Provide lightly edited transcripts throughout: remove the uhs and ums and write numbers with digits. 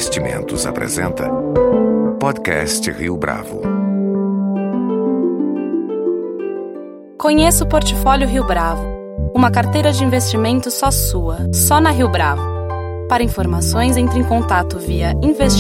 Investimentos apresenta Podcast Rio Bravo. Conheça o Portfólio Rio Bravo, uma carteira de investimentos só sua, só na Rio Bravo. Para informações, entre em contato via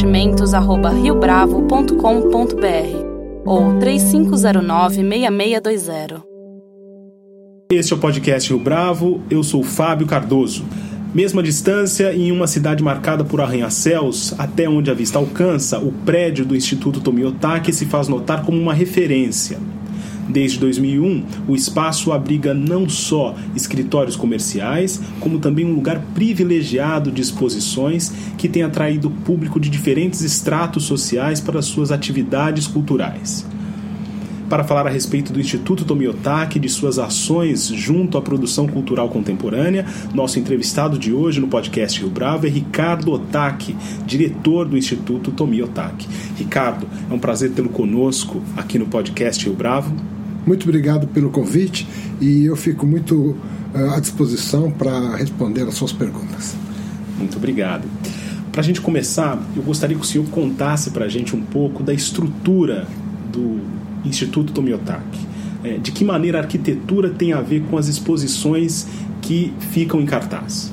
investimentos@riobravo.com.br ou 3509-6620. Este é o Podcast Rio Bravo, eu sou Fábio Cardoso. Mesma distância e em uma cidade marcada por arranha-céus, até onde a vista alcança, o prédio do Instituto Tomiotaki se faz notar como uma referência. Desde 2001, o espaço abriga não só escritórios comerciais, como também um lugar privilegiado de exposições que tem atraído público de diferentes estratos sociais para suas atividades culturais. Para falar a respeito do Instituto Tomiotaki e de suas ações junto à produção cultural contemporânea, nosso entrevistado de hoje no podcast Rio Bravo é Ricardo Otaki, diretor do Instituto Tomiotaki. Ricardo, é um prazer tê-lo conosco aqui no podcast Rio Bravo. Muito obrigado pelo convite e eu fico muito à disposição para responder as suas perguntas. Muito obrigado. Para a gente começar, eu gostaria que o senhor contasse para a gente um pouco da estrutura do Instituto Tomiotaki. De que maneira a arquitetura tem a ver com as exposições que ficam em cartaz?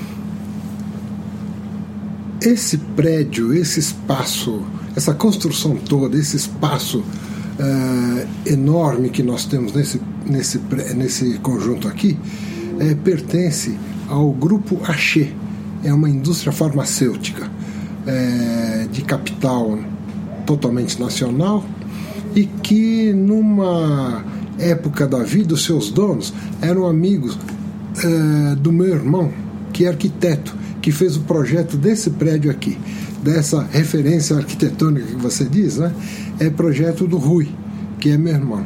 Esse prédio, esse espaço, essa construção toda, esse espaço enorme que nós temos nesse conjunto aqui, pertence ao grupo Axê. É uma indústria farmacêutica de capital totalmente nacional, e que numa época da vida os seus donos eram amigos do meu irmão, que é arquiteto, que fez o projeto desse prédio aqui, dessa referência arquitetônica que você diz, né? É projeto do Rui, que é meu irmão.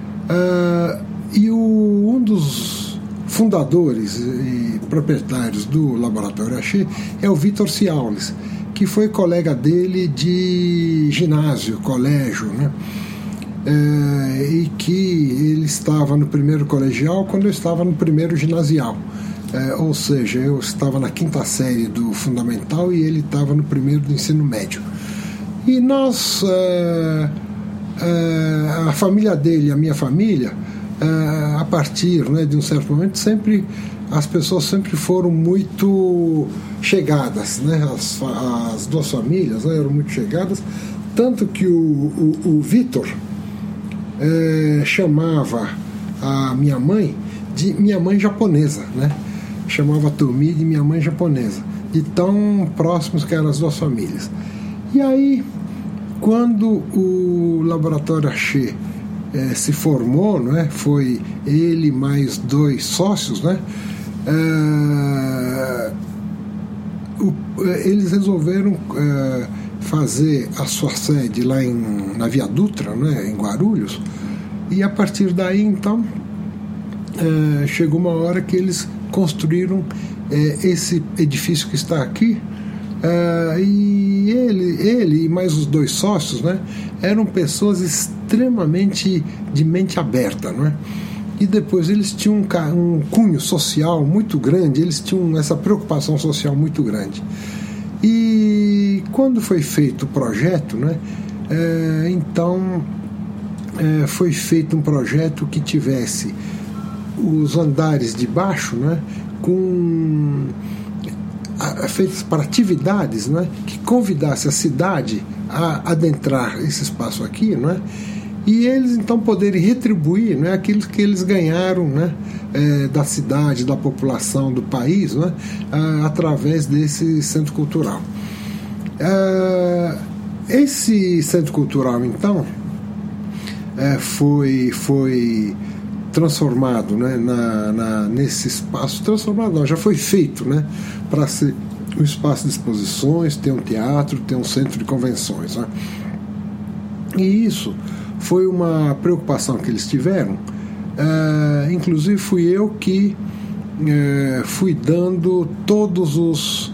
E um dos fundadores e proprietários do Laboratório Axê é o Vitor Ciaulis, que foi colega dele de ginásio, colégio, né? E que ele estava no primeiro colegial quando eu estava no primeiro ginasial, ou seja, eu estava na 5ª série do fundamental e ele estava no primeiro do ensino médio. E nós, a família dele e a minha família, a partir, né, de um certo momento, as pessoas sempre foram muito chegadas, né? As duas famílias, né, eram muito chegadas, tanto que o Vitor chamava a minha mãe de minha mãe japonesa, né? Chamava a Tomi de minha mãe japonesa, de tão próximos que eram as duas famílias. E aí, quando o Laboratório Axê se formou, né? Foi ele mais 2 sócios, né? Eles resolveram fazer a sua sede lá na Via Dutra, né, em Guarulhos, e a partir daí então chegou uma hora que eles construíram esse edifício que está aqui, e ele e mais os 2 sócios, né, eram pessoas extremamente de mente aberta, né? E depois eles tinham um cunho social muito grande, eles tinham essa preocupação social muito grande. E quando foi feito o projeto, né, então foi feito um projeto que tivesse os andares de baixo, né, feitos para atividades, né, que convidasse a cidade a adentrar esse espaço aqui, né, e eles então poderem retribuir, né, aquilo que eles ganharam, né, da cidade, da população, do país, né, através desse centro cultural. Esse centro cultural então foi transformado, né, nesse espaço. Transformado não, já foi feito, né, para ser um espaço de exposições, ter um teatro, ter um centro de convenções, né? E isso foi uma preocupação que eles tiveram. Inclusive fui eu que fui dando todos os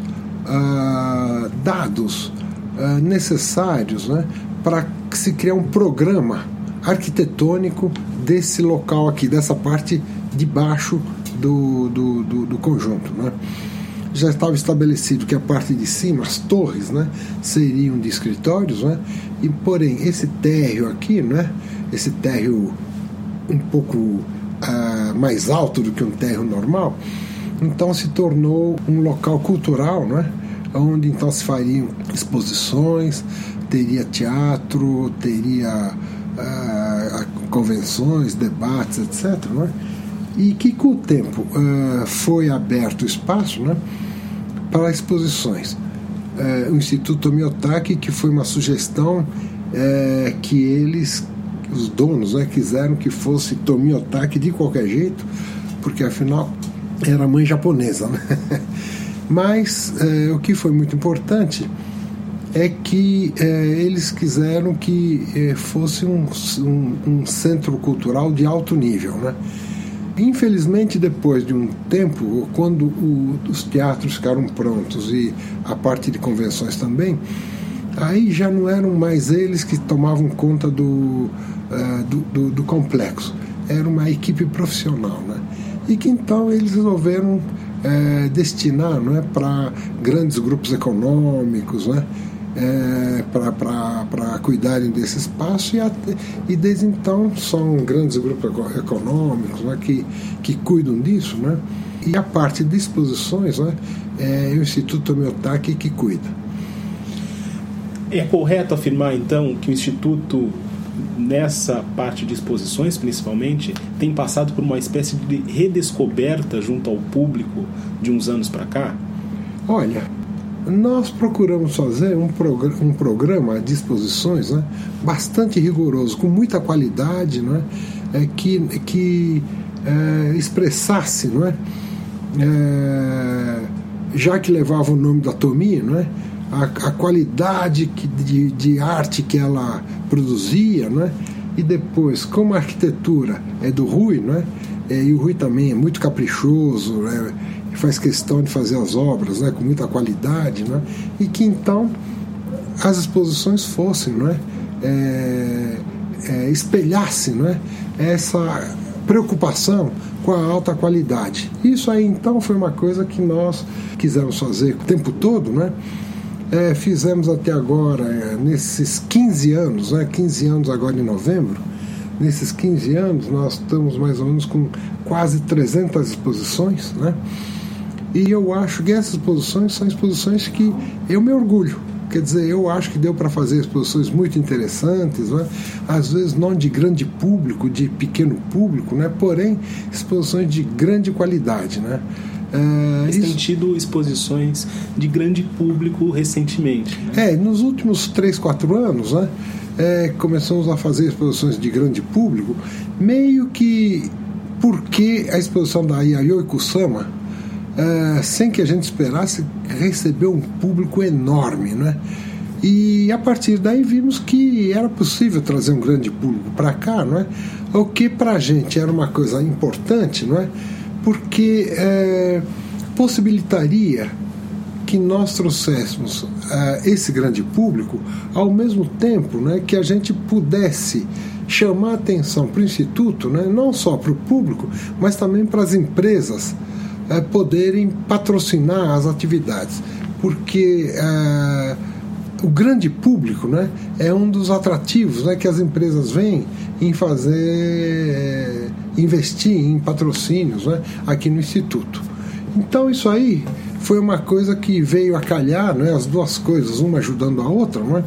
dados necessários, né, para se criar um programa arquitetônico desse local aqui, dessa parte de baixo do conjunto, né? já estava estabelecido que a parte de cima, as torres, né, seriam de escritórios, né, e porém esse térreo aqui, né, esse térreo um pouco mais alto do que um térreo normal, então se tornou um local cultural, né, onde então se fariam exposições, teria teatro, teria convenções, debates, etc., né? E que com o tempo foi aberto o espaço, né, para exposições. O Instituto Tomiotaki, que foi uma sugestão que eles, os donos, né, quiseram que fosse Tomiotaki de qualquer jeito, porque afinal era mãe japonesa, né? Mas o que foi muito importante é que eles quiseram que fosse um centro cultural de alto nível, né? Infelizmente, depois de um tempo, quando os teatros ficaram prontos e a parte de convenções também, aí já não eram mais eles que tomavam conta do complexo. Era uma equipe profissional, né? E que então eles resolveram destinar, né, para grandes grupos econômicos, né, para cuidarem desse espaço, e desde então são grandes grupos econômicos, né, que cuidam disso, né, e a parte de exposições, né, é o Instituto Tomiotaki que cuida. É correto afirmar então que o Instituto, nessa parte de exposições principalmente, tem passado por uma espécie de redescoberta junto ao público de uns anos para cá? Olha, nós procuramos fazer um programa de exposições, né, bastante rigoroso, com muita qualidade, né, que expressasse, né, já que levava o nome da Tomi, né, a qualidade de arte que ela produzia, né, e depois, como a arquitetura é do Rui, né, e o Rui também é muito caprichoso, né, faz questão de fazer as obras, né, com muita qualidade, né, e que então as exposições fossem, né, espelhassem, né, essa preocupação com a alta qualidade. Isso aí então foi uma coisa que nós quisemos fazer o tempo todo, né. Fizemos até agora, nesses 15 anos, né, 15 anos agora em novembro, nesses 15 anos nós estamos mais ou menos com quase 300 exposições, né? E eu acho que essas exposições são exposições que eu me orgulho. Quer dizer, eu acho que deu para fazer exposições muito interessantes, né? Às vezes não de grande público, de pequeno público, né? Porém, exposições de grande qualidade, né? Mas tem tido exposições de grande público recentemente, né? Nos últimos 3, 4 anos, né? Começamos a fazer exposições de grande público, meio que porque a exposição da Yayoi Kusama, sem que a gente esperasse, recebeu um público enorme, né? E a partir daí vimos que era possível trazer um grande público para cá, não é? O que para a gente era uma coisa importante, não é? Porque possibilitaria que nós trouxéssemos esse grande público ao mesmo tempo, né, que a gente pudesse chamar a atenção para o Instituto, né, não só para o público, mas também para as empresas poderem patrocinar as atividades, porque o grande público, né, é um dos atrativos, né, que as empresas veem em fazer, investir em patrocínios, né, aqui no Instituto. Então isso aí foi uma coisa que veio a calhar, né, as duas coisas, uma ajudando a outra, né,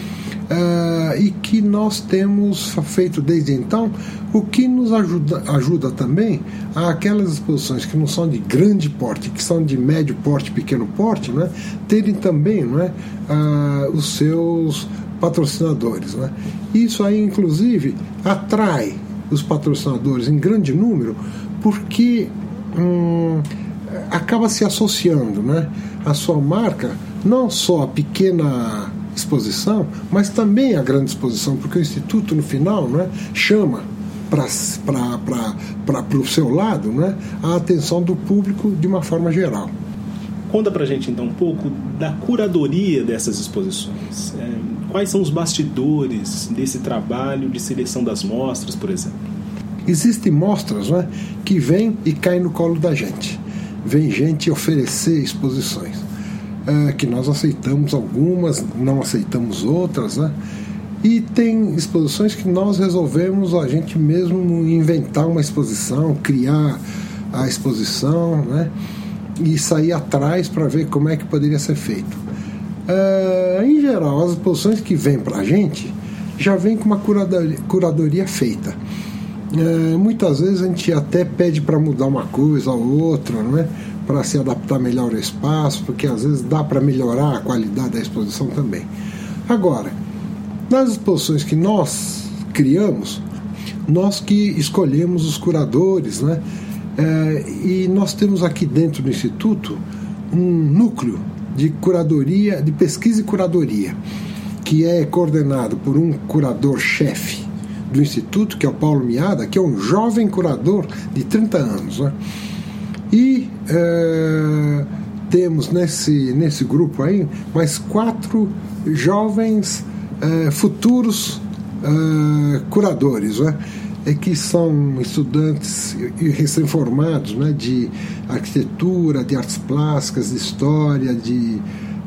e que nós temos feito desde então, o que nos ajuda também aquelas exposições que não são de grande porte, que são de médio porte, pequeno porte, né, terem também, né, os seus patrocinadores, né. Isso aí inclusive atrai os patrocinadores em grande número, porque acaba se associando, né, a sua marca, não só a pequena exposição, mas também a grande exposição, porque o Instituto no final, né, chama para o seu lado, né, a atenção do público de uma forma geral. Conta pra gente então um pouco da curadoria dessas exposições. Quais são os bastidores desse trabalho de seleção das mostras, por exemplo? Existem mostras, né, que vêm e caem no colo da gente. vem gente oferecer exposições, que nós aceitamos algumas, não aceitamos outras, né? E tem exposições que nós resolvemos a gente mesmo inventar uma exposição, criar a exposição, né? E sair atrás para ver como é que poderia ser feito. Em geral, as exposições que vêm para a gente já vêm com uma curadoria feita. Muitas vezes a gente até pede para mudar uma coisa ou outra, né? Para se adaptar melhor ao espaço, porque às vezes dá para melhorar a qualidade da exposição também. Agora, nas exposições que nós criamos, nós que escolhemos os curadores, né? E nós temos aqui dentro do Instituto um núcleo de curadoria, de pesquisa e curadoria, que é coordenado por um curador-chefe do Instituto, que é o Paulo Miada, que é um jovem curador de 30 anos, né? E temos nesse grupo aí mais 4 jovens futuros curadores, né? Que são estudantes recém-formados, né? De arquitetura, de artes plásticas, de história, de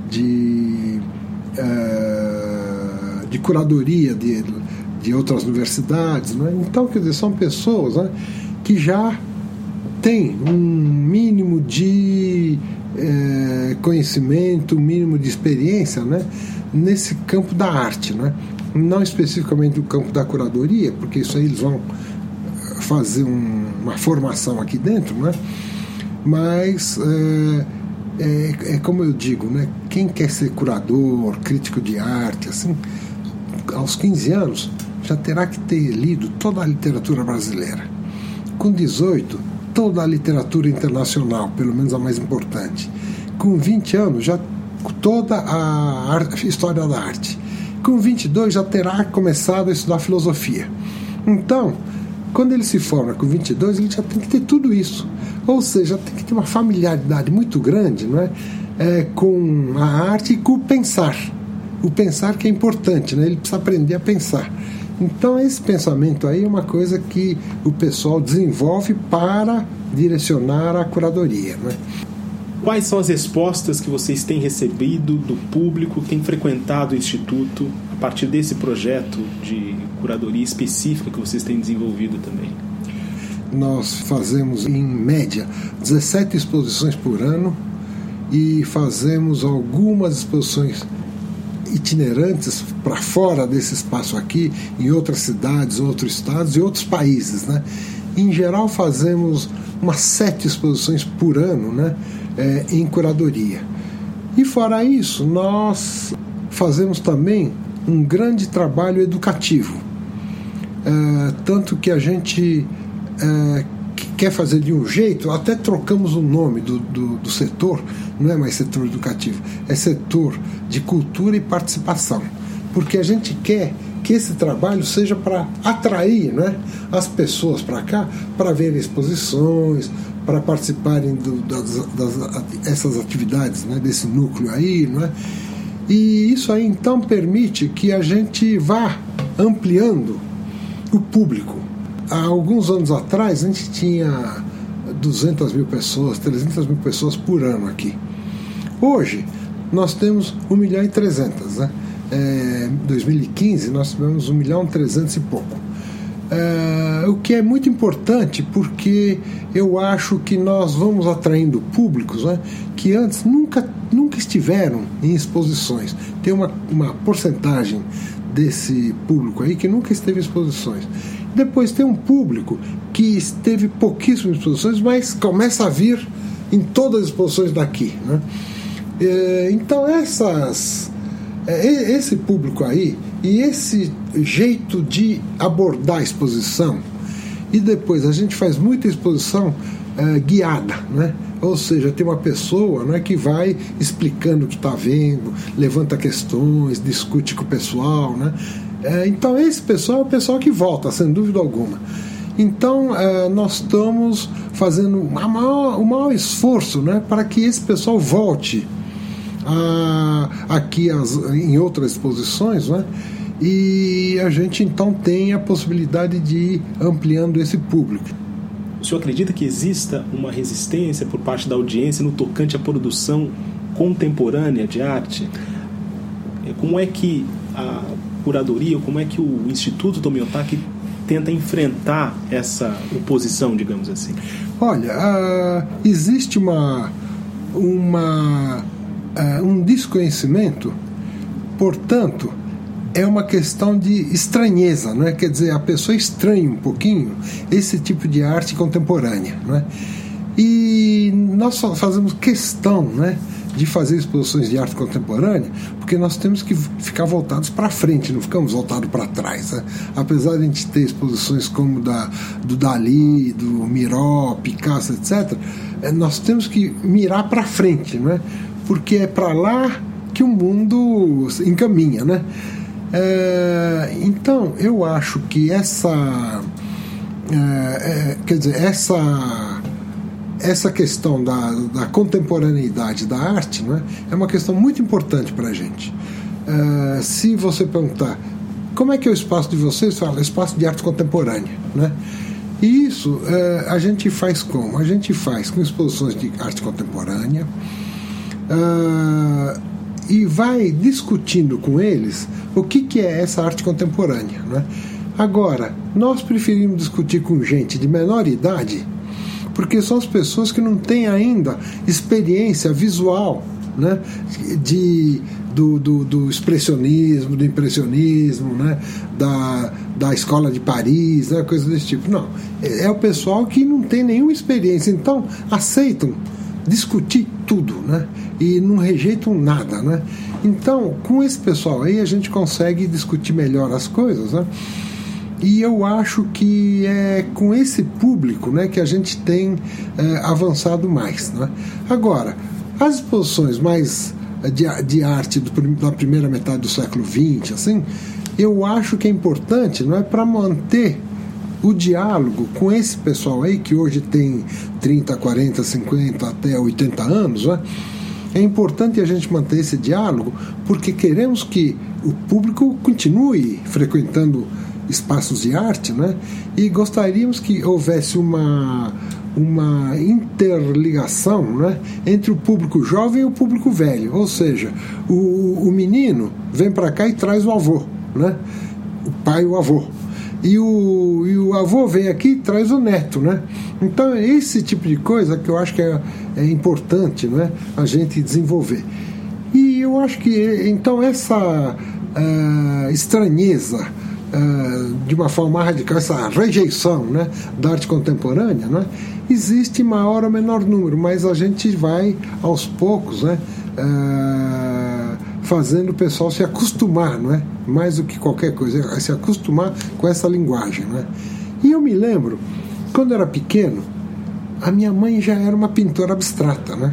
curadoria de outras universidades, né? Então, quer dizer, são pessoas, né, que já têm um mínimo de conhecimento, um mínimo de experiência, né, nesse campo da arte, né? Não especificamente no campo da curadoria, porque isso aí eles vão fazer uma formação aqui dentro, né? Mas como eu digo, né? Quem quer ser curador, crítico de arte, assim, aos 15 anos já terá que ter lido toda a literatura brasileira. Com 18, toda a literatura internacional, pelo menos a mais importante. Com 20 anos, já toda a história da arte. Com 22 já terá começado a estudar filosofia. Então, quando ele se forma com 22, ele já tem que ter tudo isso. Ou seja, tem que ter uma familiaridade muito grande, não é? Com a arte e com o pensar. O pensar que é importante, né? Ele precisa aprender a pensar. Então, esse pensamento aí é uma coisa que o pessoal desenvolve para direcionar a curadoria, né? Quais são as respostas que vocês têm recebido do público que tem frequentado o Instituto a partir desse projeto de curadoria específica que vocês têm desenvolvido também? Nós fazemos, em média, 17 exposições por ano e fazemos algumas exposições itinerantes para fora desse espaço aqui, em outras cidades, outros estados e outros países, né? Em geral, fazemos umas 7 exposições por ano, né? Em curadoria. E fora isso, nós fazemos também um grande trabalho educativo, tanto que a gente quer fazer de um jeito, até trocamos o nome do setor, não é mais setor educativo, é setor de cultura e participação, porque a gente quer que esse trabalho seja para atrair, né, as pessoas para cá, para verem exposições, para participarem dessas atividades, né, desse núcleo aí, né? E isso aí então permite que a gente vá ampliando o público. Há alguns anos atrás a gente tinha 200 mil pessoas, 300 mil pessoas por ano aqui. Hoje nós temos 1.300.000, né? Em 2015 nós tivemos 1.300.000 e pouco. O que é muito importante, porque eu acho que nós vamos atraindo públicos, né, que antes nunca estiveram em exposições. Tem uma porcentagem desse público aí que nunca esteve em exposições. Depois tem um público que esteve pouquíssimas exposições, mas começa a vir em todas as exposições daqui, né? Então esse público aí e esse jeito de abordar a exposição, e depois a gente faz muita exposição guiada, né? Ou seja, tem uma pessoa, né, que vai explicando o que está vendo, levanta questões, discute com o pessoal, né? Então esse pessoal é o pessoal que volta, sem dúvida alguma. Então nós estamos fazendo o maior esforço, né, para que esse pessoal volte aqui em outras exposições, né? E a gente então tem a possibilidade de ir ampliando esse público. O senhor acredita que exista uma resistência por parte da audiência no tocante à produção contemporânea de arte? Como é que a curadoria, como é que o Instituto Tomiotaki tenta enfrentar essa oposição, digamos assim? Olha, existe um desconhecimento, portanto, é uma questão de estranheza, não é? Quer dizer, a pessoa estranha um pouquinho esse tipo de arte contemporânea, não é? E nós fazemos questão, né, de fazer exposições de arte contemporânea, porque nós temos que ficar voltados para frente, não ficamos voltados para trás, né? Apesar de a gente ter exposições como do Dalí, do Miró, Picasso, etc., nós temos que mirar para frente, né? Porque é para lá que o mundo encaminha, né? Então, eu acho que essa questão da contemporaneidade da arte, né, é uma questão muito importante para a gente. Se você perguntar como é que é o espaço de vocês, fala espaço de arte contemporânea, né? E isso a gente faz como? A gente faz com exposições de arte contemporânea e vai discutindo com eles o que é essa arte contemporânea, né? Agora, nós preferimos discutir com gente de menor idade, porque são as pessoas que não têm ainda experiência visual, né, do expressionismo, do impressionismo, né, da escola de Paris, né, coisa desse tipo. Não, é o pessoal que não tem nenhuma experiência, então aceitam discutir tudo, né, e não rejeitam nada, né. Então, com esse pessoal aí, a gente consegue discutir melhor as coisas, né. E eu acho que é com esse público, né, que a gente tem avançado mais, né? Agora, as exposições mais de arte da primeira metade do século XX, assim, eu acho que é importante, não é, para manter o diálogo com esse pessoal aí, que hoje tem 30, 40, 50, até 80 anos, né? É importante a gente manter esse diálogo, porque queremos que o público continue frequentando espaços de arte, né? E gostaríamos que houvesse uma interligação, né, entre o público jovem e o público velho, ou seja, o menino vem para cá e traz o avô, né? O pai e o avô, e o avô vem aqui e traz o neto, né? Então é esse tipo de coisa que eu acho que é importante, né, a gente desenvolver. E eu acho que então essa estranheza, de uma forma radical, essa rejeição, né, da arte contemporânea, né, existe em maior ou menor número, mas a gente vai aos poucos, né, fazendo o pessoal se acostumar, não é? Mais do que qualquer coisa, se acostumar com essa linguagem, né? E eu me lembro, quando eu era pequeno, a minha mãe já era uma pintora abstrata, né?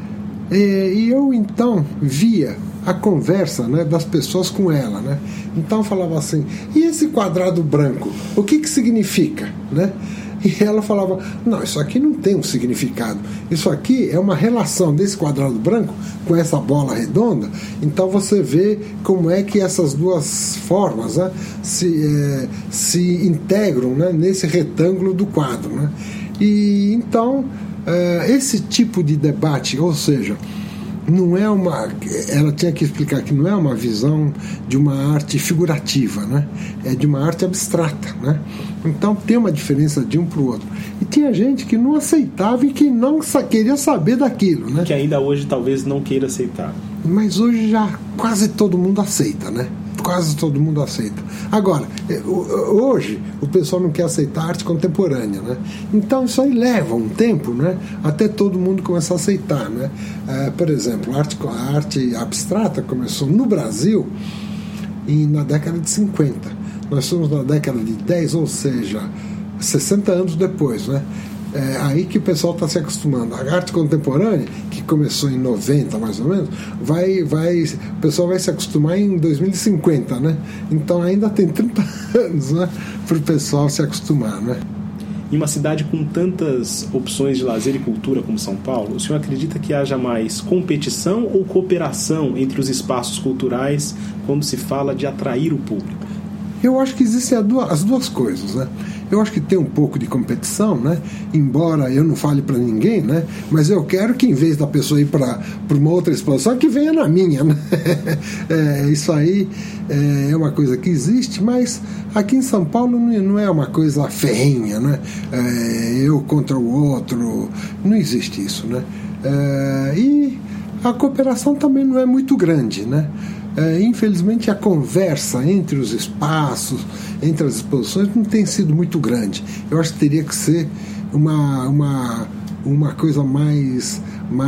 E eu então via a conversa, né, das pessoas com ela, né? Então eu falava assim: e esse quadrado branco, o que significa, né? E ela falava: não, isso aqui não tem um significado, isso aqui é uma relação desse quadrado branco com essa bola redonda. Então você vê como é que essas duas formas, né, se integram, né, nesse retângulo do quadro, né? E então esse tipo de debate, ou seja, não é ela tinha que explicar que não é uma visão de uma arte figurativa, né? É de uma arte abstrata, né? Então tem uma diferença de um para o outro. E tinha gente que não aceitava e que não queria saber daquilo, né? Que ainda hoje talvez não queira aceitar. Mas hoje já quase todo mundo aceita, né? Quase todo mundo aceita. Agora, hoje o pessoal não quer aceitar arte contemporânea, né? Então isso aí leva um tempo, né, até todo mundo começar a aceitar, né? Por exemplo, a arte abstrata começou no Brasil na década de 50. Nós somos na década de 10, ou seja, 60 anos depois, né? Aí que o pessoal está se acostumando. A arte contemporânea, que começou em 90 mais ou menos, o pessoal vai se acostumar em 2050, né? Então ainda tem 30 anos, né, para o pessoal se acostumar, né? Em uma cidade com tantas opções de lazer e cultura como São Paulo, o senhor acredita que haja mais competição ou cooperação entre os espaços culturais quando se fala de atrair o público? Eu acho que existem as duas coisas, né? Eu acho que tem um pouco de competição, né? Embora eu não fale para ninguém, né? Mas eu quero que, em vez da pessoa ir para uma outra exposição, que venha na minha, né? Isso aí é uma coisa que existe, mas aqui em São Paulo não é uma coisa ferrenha, né? Eu contra o outro, não existe isso, né? E a cooperação também não é muito grande, né? Infelizmente a conversa entre os espaços, entre as exposições, não tem sido muito grande. Eu acho que teria que ser uma coisa mais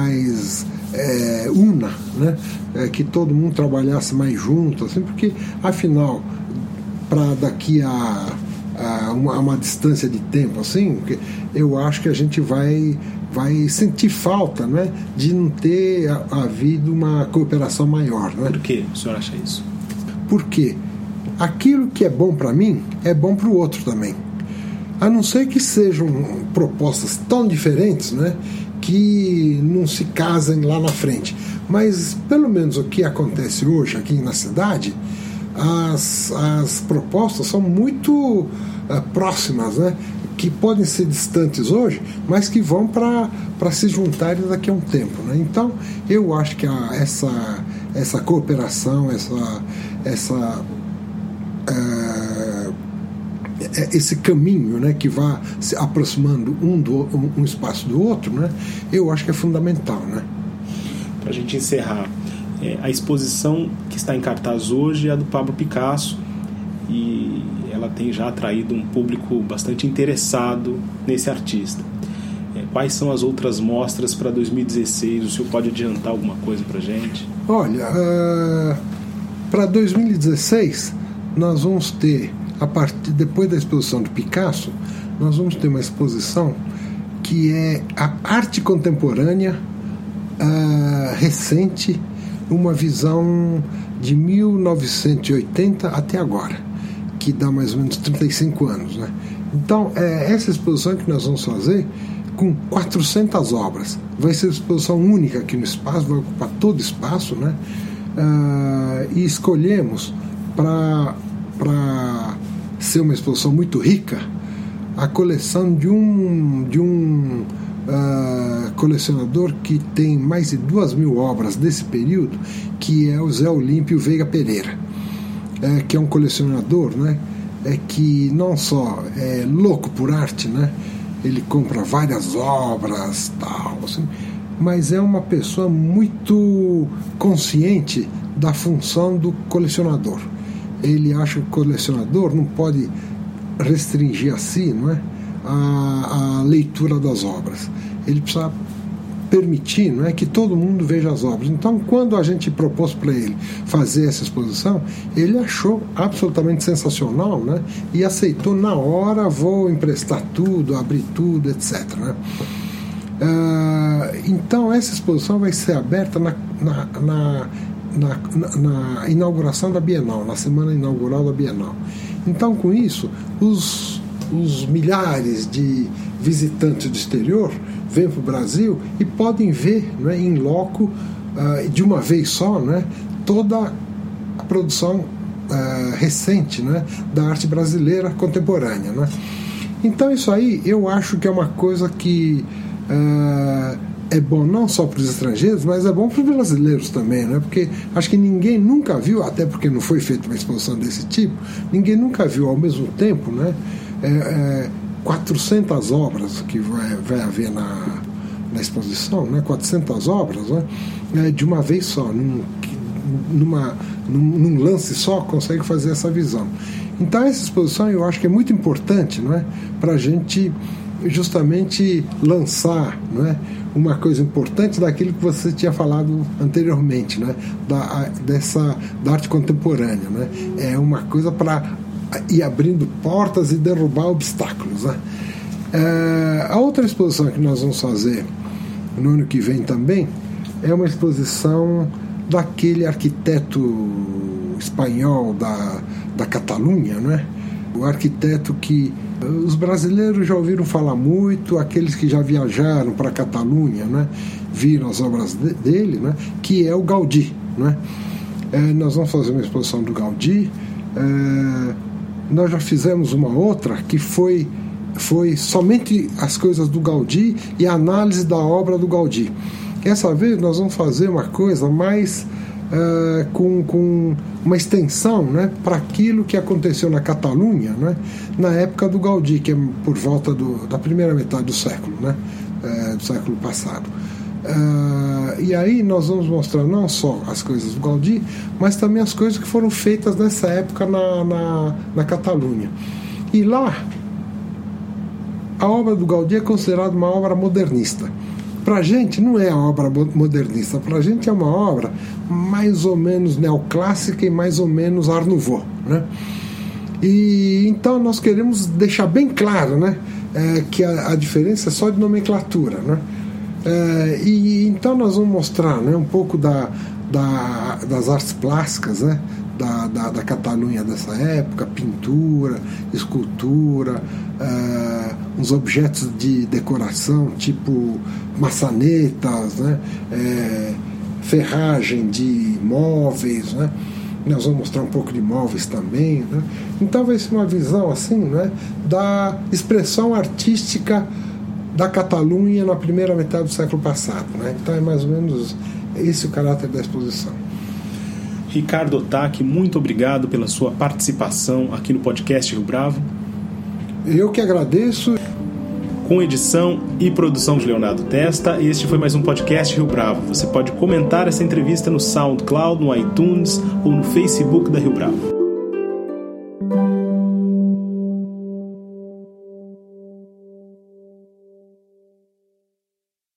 una, né? Que todo mundo trabalhasse mais junto, assim, porque afinal, para daqui a uma distância de tempo, assim, eu acho que a gente vai sentir falta, né, de não ter havido uma cooperação maior, né? Por que o senhor acha isso? Porque aquilo que é bom para mim é bom para o outro também. A não ser que sejam propostas tão diferentes, né, que não se casem lá na frente. Mas, pelo menos o que acontece hoje aqui na cidade, as propostas são muito próximas, né? Que podem ser distantes hoje, mas que vão para se juntarem daqui a um tempo, né? Então, eu acho que essa cooperação, esse caminho, né, que vai se aproximando um espaço do outro, né? Eu acho que é fundamental, né? Para a gente encerrar, a exposição que está em cartaz hoje é a do Pablo Picasso, e ela tem já atraído um público bastante interessado nesse artista. Quais são as outras mostras para 2016? O senhor pode adiantar alguma coisa para a gente? Olha, para 2016 nós vamos ter, depois da exposição do Picasso, nós vamos ter uma exposição que é a arte contemporânea recente, uma visão de 1980 até agora, que dá mais ou menos 35 anos, né? Então, essa exposição que nós vamos fazer com 400 obras. Vai ser uma exposição única aqui no espaço, vai ocupar todo o espaço, né? E escolhemos, para ser uma exposição muito rica, a coleção de um colecionador que tem mais de 2.000 obras desse período, que é o Zé Olímpio Veiga Pereira, que é um colecionador, né, que não só é louco por arte, né, ele compra várias obras, tal, assim, mas é uma pessoa muito consciente da função do colecionador. Ele acha que o colecionador não pode restringir a si, não é, a leitura das obras. Ele precisa permitir, não é, que todo mundo veja as obras. Então, quando a gente propôs para ele fazer essa exposição, ele achou absolutamente sensacional, né, e aceitou na hora. Vou emprestar tudo, abrir tudo, etc., né? Então, essa exposição vai ser aberta na inauguração da Bienal, na semana inaugural da Bienal. Então, com isso, os milhares de visitantes do exterior vêm para o Brasil e podem ver, né, em loco, de uma vez só, né, toda a produção recente, né, da arte brasileira contemporânea, né? Então, isso aí eu acho que é uma coisa que é bom não só para os estrangeiros, mas é bom para os brasileiros também, né? Porque acho que ninguém nunca viu, até porque não foi feita uma exposição desse tipo, ninguém nunca viu ao mesmo tempo, né, 400 obras que vai haver na exposição, né? 400 obras, né? De uma vez só, num lance só, consegue fazer essa visão. Então, essa exposição eu acho que é muito importante, não é, para a gente justamente lançar, não é, uma coisa importante daquilo que você tinha falado anteriormente, né, da arte contemporânea, né? É uma coisa para ir abrindo portas e derrubar obstáculos, né? A outra exposição que nós vamos fazer no ano que vem também é uma exposição daquele arquiteto espanhol da Catalunha, né? O arquiteto que os brasileiros já ouviram falar muito, aqueles que já viajaram para a Catalunha, né, viram as obras dele, né, que é o Gaudí, né? Nós vamos fazer uma exposição do Gaudí, nós já fizemos uma outra que foi somente as coisas do Gaudí e a análise da obra do Gaudí. Essa vez nós vamos fazer uma coisa mais com uma extensão, né, para aquilo que aconteceu na Catalunha, né, na época do Gaudí, que é por volta da primeira metade do século, né, do século passado. E aí nós vamos mostrar não só as coisas do Gaudí, mas também as coisas que foram feitas nessa época na Catalunha. E lá a obra do Gaudí é considerada uma obra modernista. Para a gente não é a obra modernista, para a gente é uma obra mais ou menos neoclássica e mais ou menos Art Nouveau, né? E então nós queremos deixar bem claro, né, que a diferença é só de nomenclatura, né? E então nós vamos mostrar, né, um pouco das artes plásticas, né, da Catalunha dessa época, pintura, escultura, uns objetos de decoração tipo maçanetas, né, ferragem de móveis, né? Nós vamos mostrar um pouco de móveis também, né? Então vai ser uma visão assim, né, da expressão artística da Catalunha na primeira metade do século passado, né? Então é mais ou menos esse o caráter da exposição. Ricardo Otaki, muito obrigado pela sua participação aqui no podcast Rio Bravo. Eu que agradeço. Com edição e produção de Leonardo Testa, este foi mais um podcast Rio Bravo. Você pode comentar essa entrevista no SoundCloud, no iTunes ou no Facebook da Rio Bravo.